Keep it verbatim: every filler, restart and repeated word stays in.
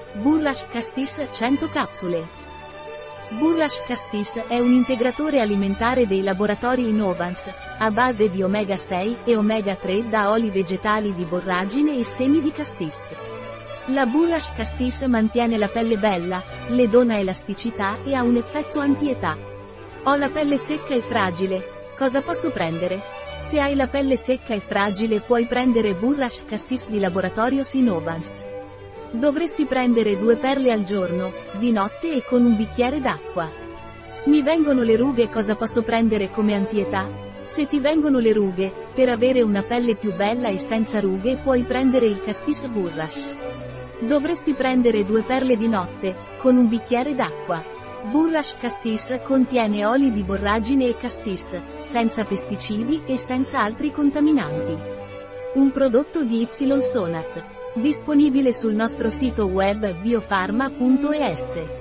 Burrash Cassis cento capsule. Burrash Cassis è un integratore alimentare dei laboratori Innovans, a base di omega sei e omega tre da oli vegetali di borragine e semi di cassis. La Burrash Cassis mantiene la pelle bella, le dona elasticità e ha un effetto anti-età. Ho la pelle secca e fragile, cosa posso prendere? Se hai la pelle secca e fragile puoi prendere Burrash Cassis di laboratorio Innovans. Dovresti prendere due perle al giorno, di notte e con un bicchiere d'acqua. Mi vengono le rughe, cosa posso prendere come anti-età? Se ti vengono le rughe, per avere una pelle più bella e senza rughe puoi prendere il Cassis Burrash. Dovresti prendere due perle di notte, con un bicchiere d'acqua. Burrash Cassis contiene oli di borragine e cassis, senza pesticidi e senza altri contaminanti. Un prodotto di Y Sonat. Disponibile sul nostro sito web biofarma punto es.